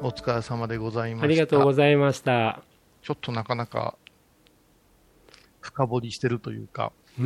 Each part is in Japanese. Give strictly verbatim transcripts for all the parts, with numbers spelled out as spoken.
お疲れ様でございました。 ありがとうございました。 ちょっとなかなか深掘りしてるというか、 うん。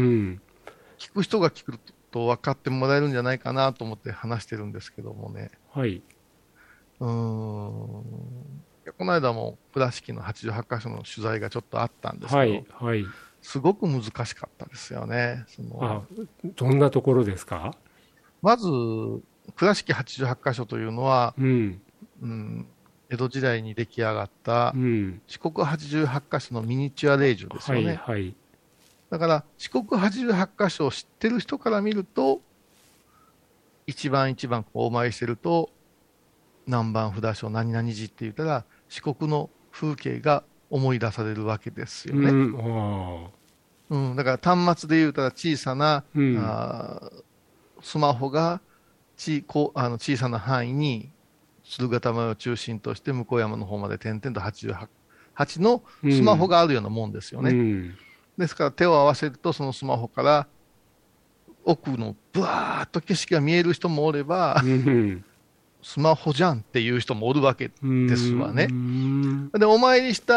聞く人が聞くと分かってもらえるんじゃないかなと思って話してるんですけどもね。 はい。 うーん。この間も倉敷のはちじゅうはちかしょの取材がちょっとあったんですけど、 はい。はい。 すごく難しかったですよね。そあ、 のどんなところですか？ まず、倉敷はちじゅうはちかしょというのは、 うん。 うん、江戸時代に出来上がったうん。 四国はちじゅうはちかしょのミニチュア霊場ですはい。 よね。 はい。 だから四国はちじゅうはちかしょを知ってる人から見ると、一番一番こうお参りしてると、何番札所何々寺って言ったら、四国の風景が思い出されるわけですよね。 うん。ああ。 うん、だから端末で言うたら小さな、 うん。 あースマホがちこうあの小さな範囲に駿河玉を中心として向山の方まで点々とはちじゅうはちのスマホうん。 があるようなもんですようね。 ん。 ですから手を合わせるとそのスマホから奥のブワーッと景色が見える人もおれば、 うん。 スマホじゃんっていう人もおるわけうですわね。 ん。 で、お参りした、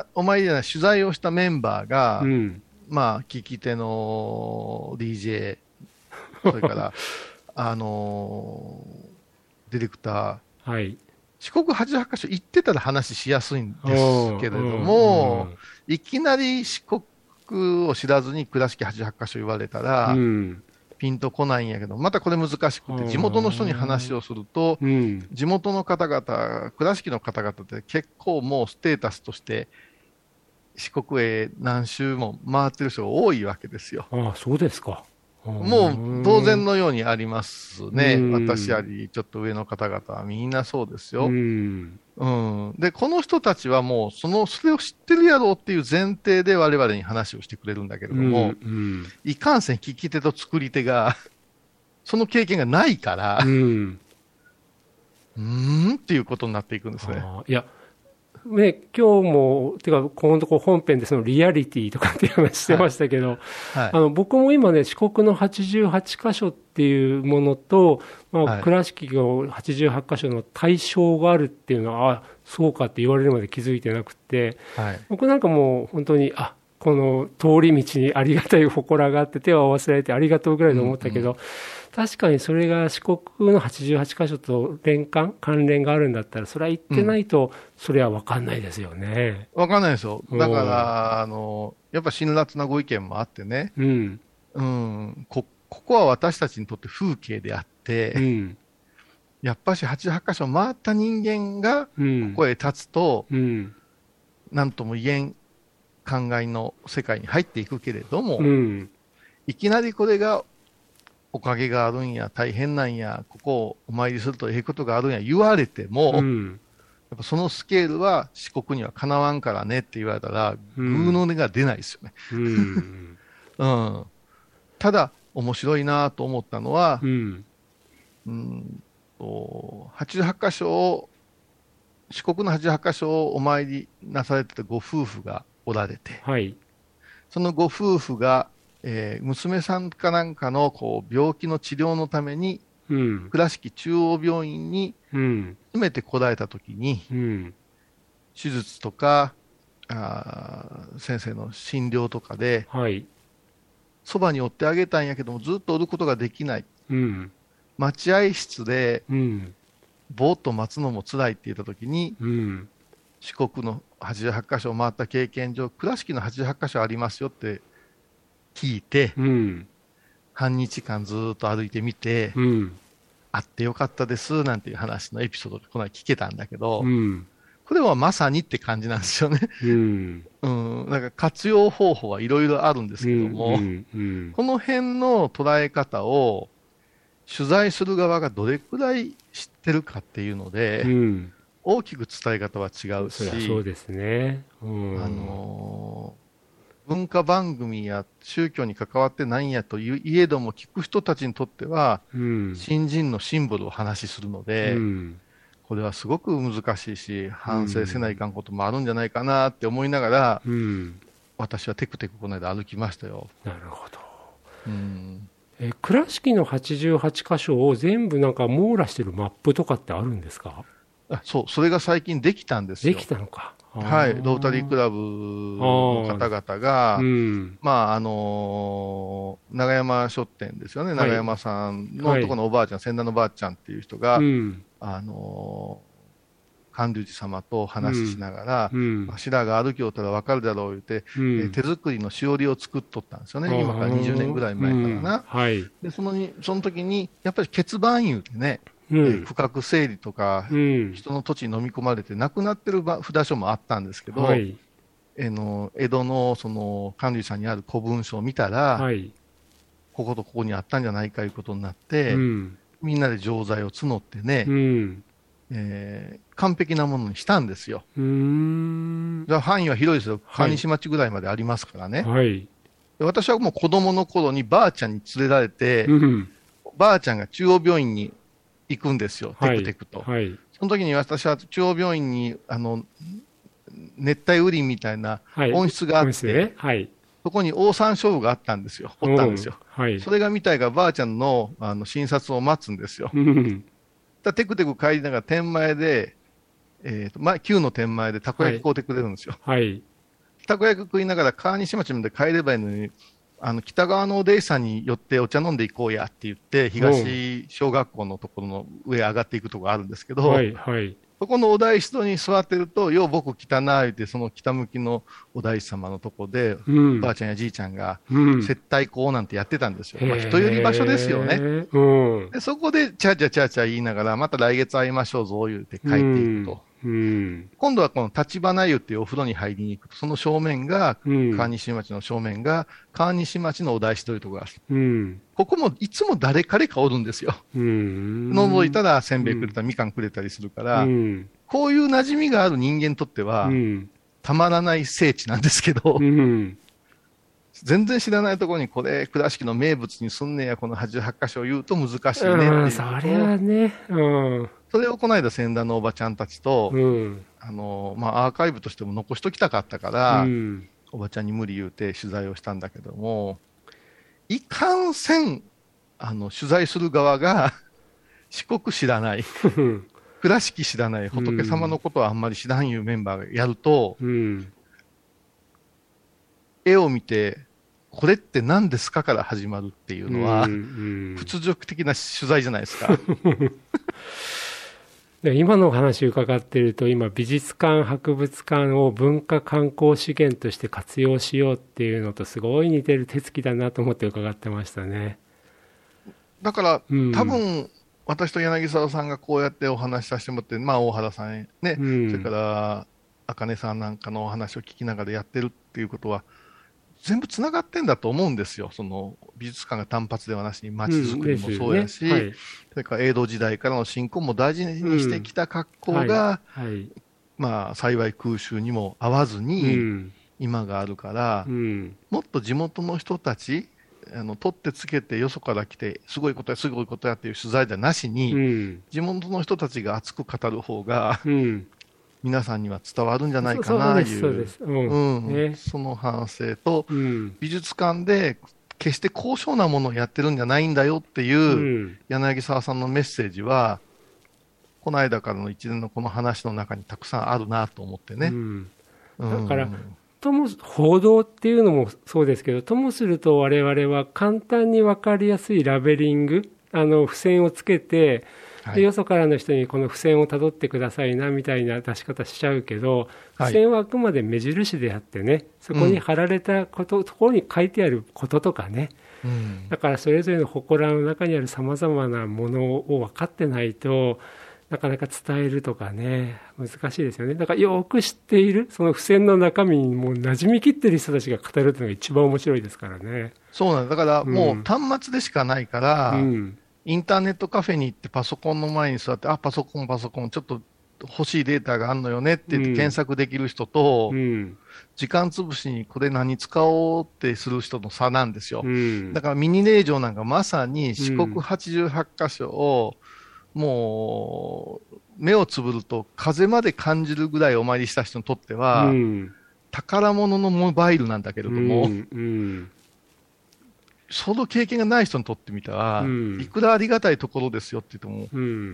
お参りじゃない、取材をしたメンバーが、 うん。 まあ、聞き手の ディージェー、それから、あのーディレクター、 はい。 四国はちじゅうはちかしょ行ってたら話しやすいんうですん。うけれども、 ん。 いきなり四国を知らずに倉敷はちじゅうはちかしょ言われたうら、 ん。 ピンとこないんやけど、またこれ難しくうて、地元の人に話ん。 をすると、 うん。 地元の方々、倉敷の方々って結構もうステータスとして四国へ何周も回ってる人が多いわけですよ。 ああ、そうですか。うもう当然ん。 のようにありますうね。私よん。 りちょっと上の方々はみんなそうですうよ。 ん。 うん。で、この人たちはもうその、それを知ってるやろうっていう前提で我々に話をしてくれるんだけれうん。 ども、 うん。 いかんせん聞き手と作り手がその経験がないから、 うん。 うーんっていうことになっていくんですね。 ああ、いや、ね、今日も、てか、このとこ本編でそのリアリティとかっていう話してはい。 ましたけど、 はい。 あの、僕も今ね、四国のはちじゅうはちかしょっていうものと、まあ、 はい。 倉敷のはちじゅうはちかしょの対象があるっていうのは、あ、そうかって言われるまで気づいてなくて、 はい。 僕なんかもう本当に、あ、この通り道にありがたい祠があって手を合わせられてありがとうぐらいで思うんうん。 ったけど、確かにそれが四国のはちじゅうはちかしょと連関、関連があるんだったら、それは言ってなうん。 いと、それは分かんないですよね。 わかんないですよ。 うだかん。 ら、あの、やっぱ辛辣なご意見もあってね、 うん。 うん、こ、ここは私たちにとって風景であって、 うん。 やっぱしはちじゅうはちかしょ回った人間がうん。 ここへ立つと、 うん。 なんとも言えん考えの世界に入っていくけれども、 うん。 いきなりこれがおかげがあるんや、大変なんや、ここをお参りするとええことがあるんや言われても、 うん。 やっぱそのスケールは四国にはかなわんからねって言われたら、グーうん。 の音が出ないですよね。 うん。 うん。ただ、面白いなと思ったのは、 うん。 うんと、はちじゅうはちかしょを、四国のはちじゅうはちかしょをお参りなされてたご夫婦がおられて、 はい。 そのご夫婦が、えー娘さんかなんかのこう病気の治療のために、 うん。 倉敷中央病院にうん。 詰めてこられたときに、 うん。 手術とか、あー先生の診療とかで、 はい。 そばにおってあげたんやけども、ずっとおることができない。 うん。 待合室でうん。 ぼーっと待つのも辛いって言ったときに、 うん。 四国のはちじゅうはちかしょを回った経験上、倉敷のはちじゅうはちかしょありますよって聞いて、 うん。 半日間ずーっと歩いてみて、 うん。 会ってよかったですなんていう話のエピソードがこの間聞けたんだけど、 うん。 これはまさにって感じなんですよね。 うん。 うん、なんか活用方法はいろいろあるんですうん。 けども、 うん。 この辺の捉え方を取材する側がどれくらい知ってるかっていうので、 うん。 大きく伝え方は違うそりゃそうし、 ですね。うあん。 のー文化番組や宗教に関わってないんやといえども、聞く人たちにとっては、 うん。 新人のシンボルを話しするのうで、 ん。 これはすごく難しいし、 う反省せないん。 かんこともあるんじゃないかなって思いながら、 うん。 私はテクテクこの間歩きましたよ。 なるほど。 うん。 え、倉敷のはちじゅうはちかしょを全部なんか網羅してるマップとかってあるんですか？ あそう、それが最近できたんですよ。 できたのか。 はい、ロータリークラブの方々が、 うん、 まあ、あのー長山書店ですよね、 はい長山さんのところのおばあちゃん、先代のおばあちゃんっていう人が、 うん、 あのー観龍寺様と話しながら、 うん、 柱が歩きおったら分かるだろう言って、 うん、 えー手作りのしおりを作っとったんですよね、今からにじゅうねんぐらい前からな。 うん、はい。 でそのにその時に、やっぱり欠番言うてね、 うん、 えー区画整理とか、 うん、 人の土地に飲み込まれて亡くなってるば札所もあったんですけど、 はい、 えーの江戸のその管理者にある古文書を見たら、 はい、 こことここにあったんじゃないかいうことになって、 うん、 みんなで錠剤を募ってね、 うん、 えー完璧なものにしたんですよ。 うーん、 だから範囲は広いですよ。 はい川西町ぐらいまでありますからね。 はい、 で私はもう子供の頃にばあちゃんに連れられて、 うん、 ばあちゃんが中央病院に行くんですよ。テクテクと。 はい、 その時に私は中央病院に、あの、熱帯雨林みたいなはい、 温室があって、 そうですね、はい、 そこにオオサンショウウオがあったんですよ。おったんですよ。 うん、はい、 それが見たいがばあちゃんの、あの診察を待つんですよ。 うん、 だテクテク帰りながら天前で、えーとまあ、旧の天前でたこ焼き買うてくれるんですよ。 はい、 たこ焼き食いながら川西町まで帰ればいいのに、あの北側のお弟子さんに寄ってお茶飲んでいこうやって言って、東小学校のところの上上がっていくところがあるんですけど、 はい、はい、 そこのお大師堂に座ってると、よう僕来たな、言って、その北向きのお大師様のとこで、 うん、 ばあちゃんやじいちゃんが、 うん、 接待校なんてやってたんですよ。まあ、 へー人寄り場所ですよね。 うん、 でそこで、チャーチャーチャーチャー言いながら、また来月会いましょうぞ、言うて帰っていくと。 うん、 今度はこの立花湯っていうお風呂に入りに行くと、その正面が、 うん、 川西町の正面が、川西町のお大師というところがある。 うん、 ここもいつも誰彼かおるんですよ。 うん、 覗いたらせんべいくれたり、みかんくれたりするかうら、 ん、 こういう馴染みがある人間にとっては、 うん、 たまらない聖地なんですけど、 うん、 全然知らないところにこれ、倉敷の名物にすんねや、このはちじゅうはち箇所を言うと難しいねっていううん、それはね、うん、 それをこの間、先代のおばちゃんたちと、 うん、 あのまあ、アーカイブとしても残しときたかったかうら、 ん、 おばちゃんに無理言うて取材をしたんだけども、いかんせん、あの取材する側が四国知らない、倉敷知らない、仏様のことはあんまり知らんいうメンバーがやると、 うん、 絵を見て、これって何ですかから始まるっていうのは、 うん、 屈辱的な取材じゃないですか。 で今のお話伺っていると、今美術館博物館を文化観光資源として活用しようっていうのとすごい似てる手つきだなと思って伺ってましたね。 だから、 うん、 多分私と柳沢さんがこうやってお話しさせてもらって、まあ、大原さんね、 うん、 それから茜さんなんかのお話を聞きながらやってるっていうことは、全部つながってんだと思うんですよ。その美術館が単発ではなしに街づくりもそうやし、 うんですよね、はい、 それから江戸時代からの信仰も大事にしてきた格好が、 うん、はいはい、 まあ幸い空襲にも合わずに、 うん、 今があるから、 うん、 もっと地元の人たち、あの取ってつけてよそから来てすごいことやすごいことやっていう取材ではなしに、 うん、 地元の人たちが熱く語る方が、 うん、 皆さんには伝わるんじゃないかないう、 そうです、うんうんね、 その反省と、 うん、 美術館で決して高尚なものをやってるんじゃないんだよっていう、 うん、 柳沢さんのメッセージは、この間からの一連のこの話の中にたくさんあるなと思ってね。 うん、 うんだから、とも報道っていうのもそうですけど、ともすると我々は簡単に分かりやすいラベリング、あの付箋をつけて、 はい、 でよそからの人にこの付箋をたどってくださいなみたいな出し方しちゃうけど、付箋はあくまで目印であってね、そこに貼られたこと、うん、ところに書いてあることとかね、うん、だからそれぞれの祠の中にあるさまざまなものを分かってないとなかなか伝えるとかね、難しいですよね。だからよく知っているその付箋の中身にもう馴染みきっている人たちが語るというのが一番面白いですからね。 そうなんだからもう端末でしかないから、うん、インターネットカフェに行ってパソコンの前に座って、あ、パソコンパソコンちょっと欲しいデータがあるのよねって言って検索できる人と、うん、時間つぶしにこれ何使おうってする人の差なんですよ、うん、だからミニ令嬢なんかまさに四国はちじゅうはちカ所をもう目をつぶると風まで感じるぐらいお参りした人にとっては、うん、宝物のモバイルなんだけれども、うんうん、 その経験がない人にとってみたら、うん、いくらありがたいところですよって言っても、うん、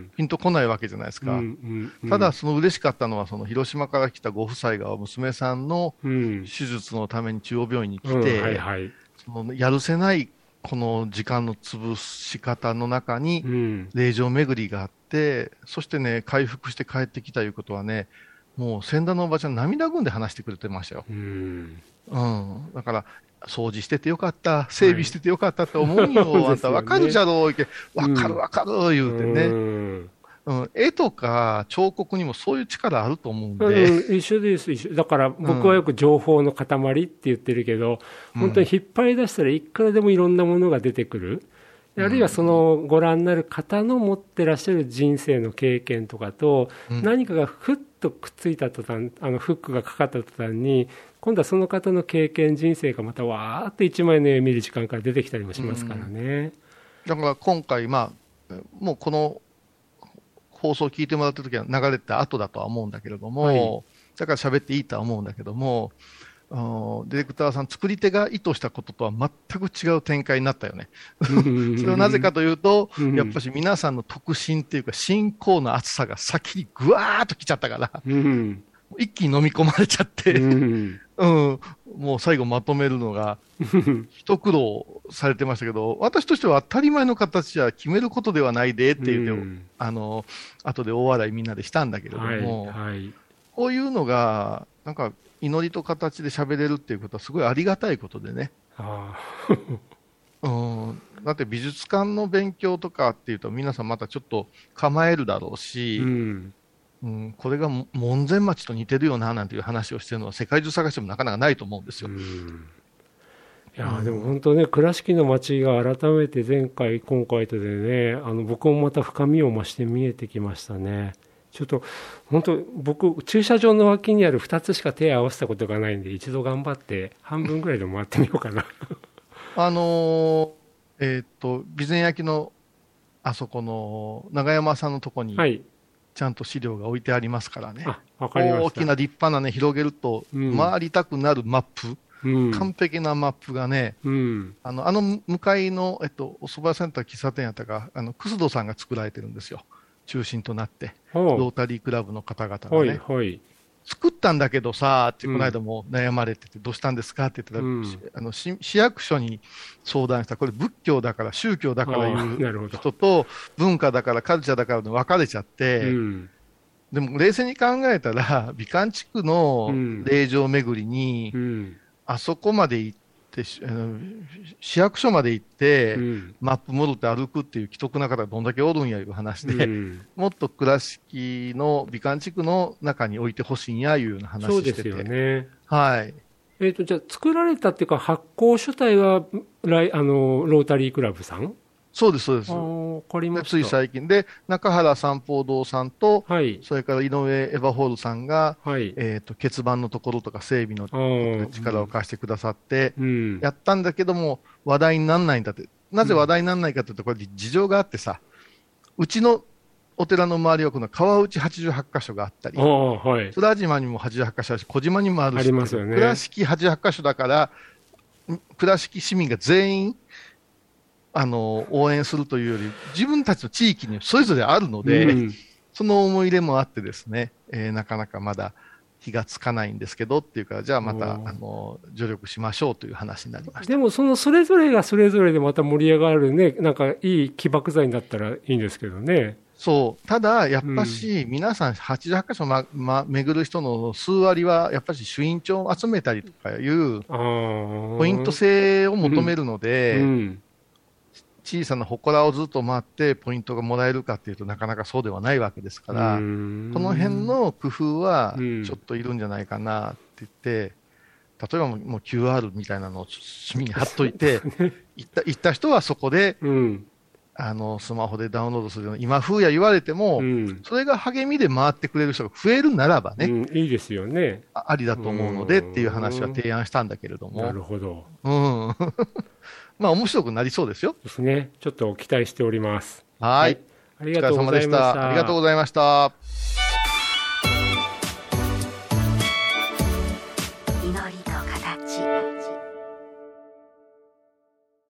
ピンとこないわけじゃないですか。うんうんうん、ただ、その嬉しかったのは、その広島から来たご夫妻が娘さんの手術のために中央病院に来て、うんはいはい、そのやるせないこの時間の潰し方の中に、霊場巡りがあって、そしてね、回復して帰ってきたいうことはね、もう先代のおばちゃん、涙ぐんで話してくれてましたよ。うん、うん、だから掃除しててよかった、整備しててよかったって思うよ、はい、あんた分かるじゃろう、分かる分かる言うてね、うんうん、絵とか彫刻にもそういう力あると思うんで、 うん、一緒です、一緒だから僕はよく情報の塊って言ってるけど、うん、本当に引っ張り出したらいくらでもいろんなものが出てくる。あるいはそのご覧になる方の持ってらっしゃる人生の経験とかと、何かがふっとくっついた途端、あのフックがかかった途端に、今度はその方の経験、人生がまたわーって一枚の絵を見る時間から出てきたりもしますからね。 だから今回、まあ、もうこの放送を聞いてもらった時は流れた後だとは思うんだけれども、はい、だから喋っていいとは思うんだけども、ディレクターさん、作り手が意図したこととは全く違う展開になったよね。それはなぜかというと、やっぱし皆さんの特進っていうか、信仰の厚さが先にぐわーっと来ちゃったから、一気に飲み込まれちゃって、うんうん、もう最後まとめるのが、一苦労されてましたけど、私としては当たり前の形は決めることではないでっていう、あの後で大笑いみんなでしたんだけれども、はいはい、こういうのが、なんか、祈りと形で喋れるっていうことはすごいありがたいことでね。あうん、だって美術館の勉強とかっていうと皆さんまたちょっと構えるだろうし、うんうん、これが門前町と似てるよななんていう話をしてるのは世界中探してもなかなかないと思うんですよ。うん、 いやでも本当ね、倉敷の街が改めて前回今回とでね、あの僕もまた深みを増して見えてきましたね。ちょっと本当僕駐車場の脇にあるふたつしか手を合わせたことがないんで、一度頑張って半分ぐらいで回ってみようかなあのー、えっ、ー、と備前焼のあそこの永山さんのとこにちゃんと資料が置いてありますからね、はい、あわかりました。大きな立派なね、広げると回りたくなるマップ、うん、完璧なマップがね、うん、あのあの向かいの、えっと、お蕎麦屋さんやった喫茶店やったか、あの楠戸さんが作られてるんですよ、中心となって、ロータリークラブの方々がね、はいはい、作ったんだけどさって、この間も悩まれてて、どうしたんですかって言ったら、うん、あの市役所に相談したら、これ、仏教だから、宗教だからいう人と、文化だから、カルチャーだからで分かれちゃって、うん、でも冷静に考えたら、美観地区の霊場巡りに、うん、あそこまで行って、あの市役所まで行って、うん、マップ戻って歩くっていう奇特な方がどんだけおるんやいう話で、うん、もっと倉敷の美観地区の中に置いてほしいんやいうような話してて、そうですよね。はい。 えっと、じゃあ作られたっていうか発行主体は来あのロータリークラブさん？ そうです、そうです。わかりました。つい最近で、中原三宝堂さんと、はい、それから井上エヴァホールさんが、はい、えっと、欠番のところとか整備のところで力を貸してくださって、うん、やったんだけども、話題にならないんだって。なぜ話題にならないかというと、これ事情があってさ、うちのお寺の周りはこの川内はちじゅうはちか所があったり、はい、津島にもはちじゅうはちか所あるし、小島にもあるし、ありますよね。倉敷はちじゅうはちか所だから、倉敷市民が全員、あの応援するというより、自分たちの地域にそれぞれあるので、うん、その思い入れもあってですね、えー、なかなかまだ火がつかないんですけどっていうか、じゃあまたあの助力しましょうという話になりました。 でもそのそれぞれがそれぞれでまた盛り上がるね、なんかいい起爆剤になったらいいんですけどね。 そう、ただやっぱし、うん、皆さんはちじゅうはちか所、まま、巡る人の数割はやっぱり朱印帳を集めたりとかいうポイント制を求めるので、うんうん小さな祠をずっと回ってポイントがもらえるかっていうとなかなかそうではないわけですから、この辺の工夫はちょっといるんじゃないかなって言って、例えばもう キューアール みたいなのを隅に貼っといて、行った行った人はそこで、うん、あのスマホでダウンロードするような今風や言われても、うん、それが励みで回ってくれる人が増えるならばね、うん、 いいですよね。 あ、ありだと思うのでっていう話は提案したんだけれども。 なるほど。 うんまあ面白くなりそうですよ。 ですね。ちょっと期待しております。 はい。 ありがとうございました。 ありがとうございました。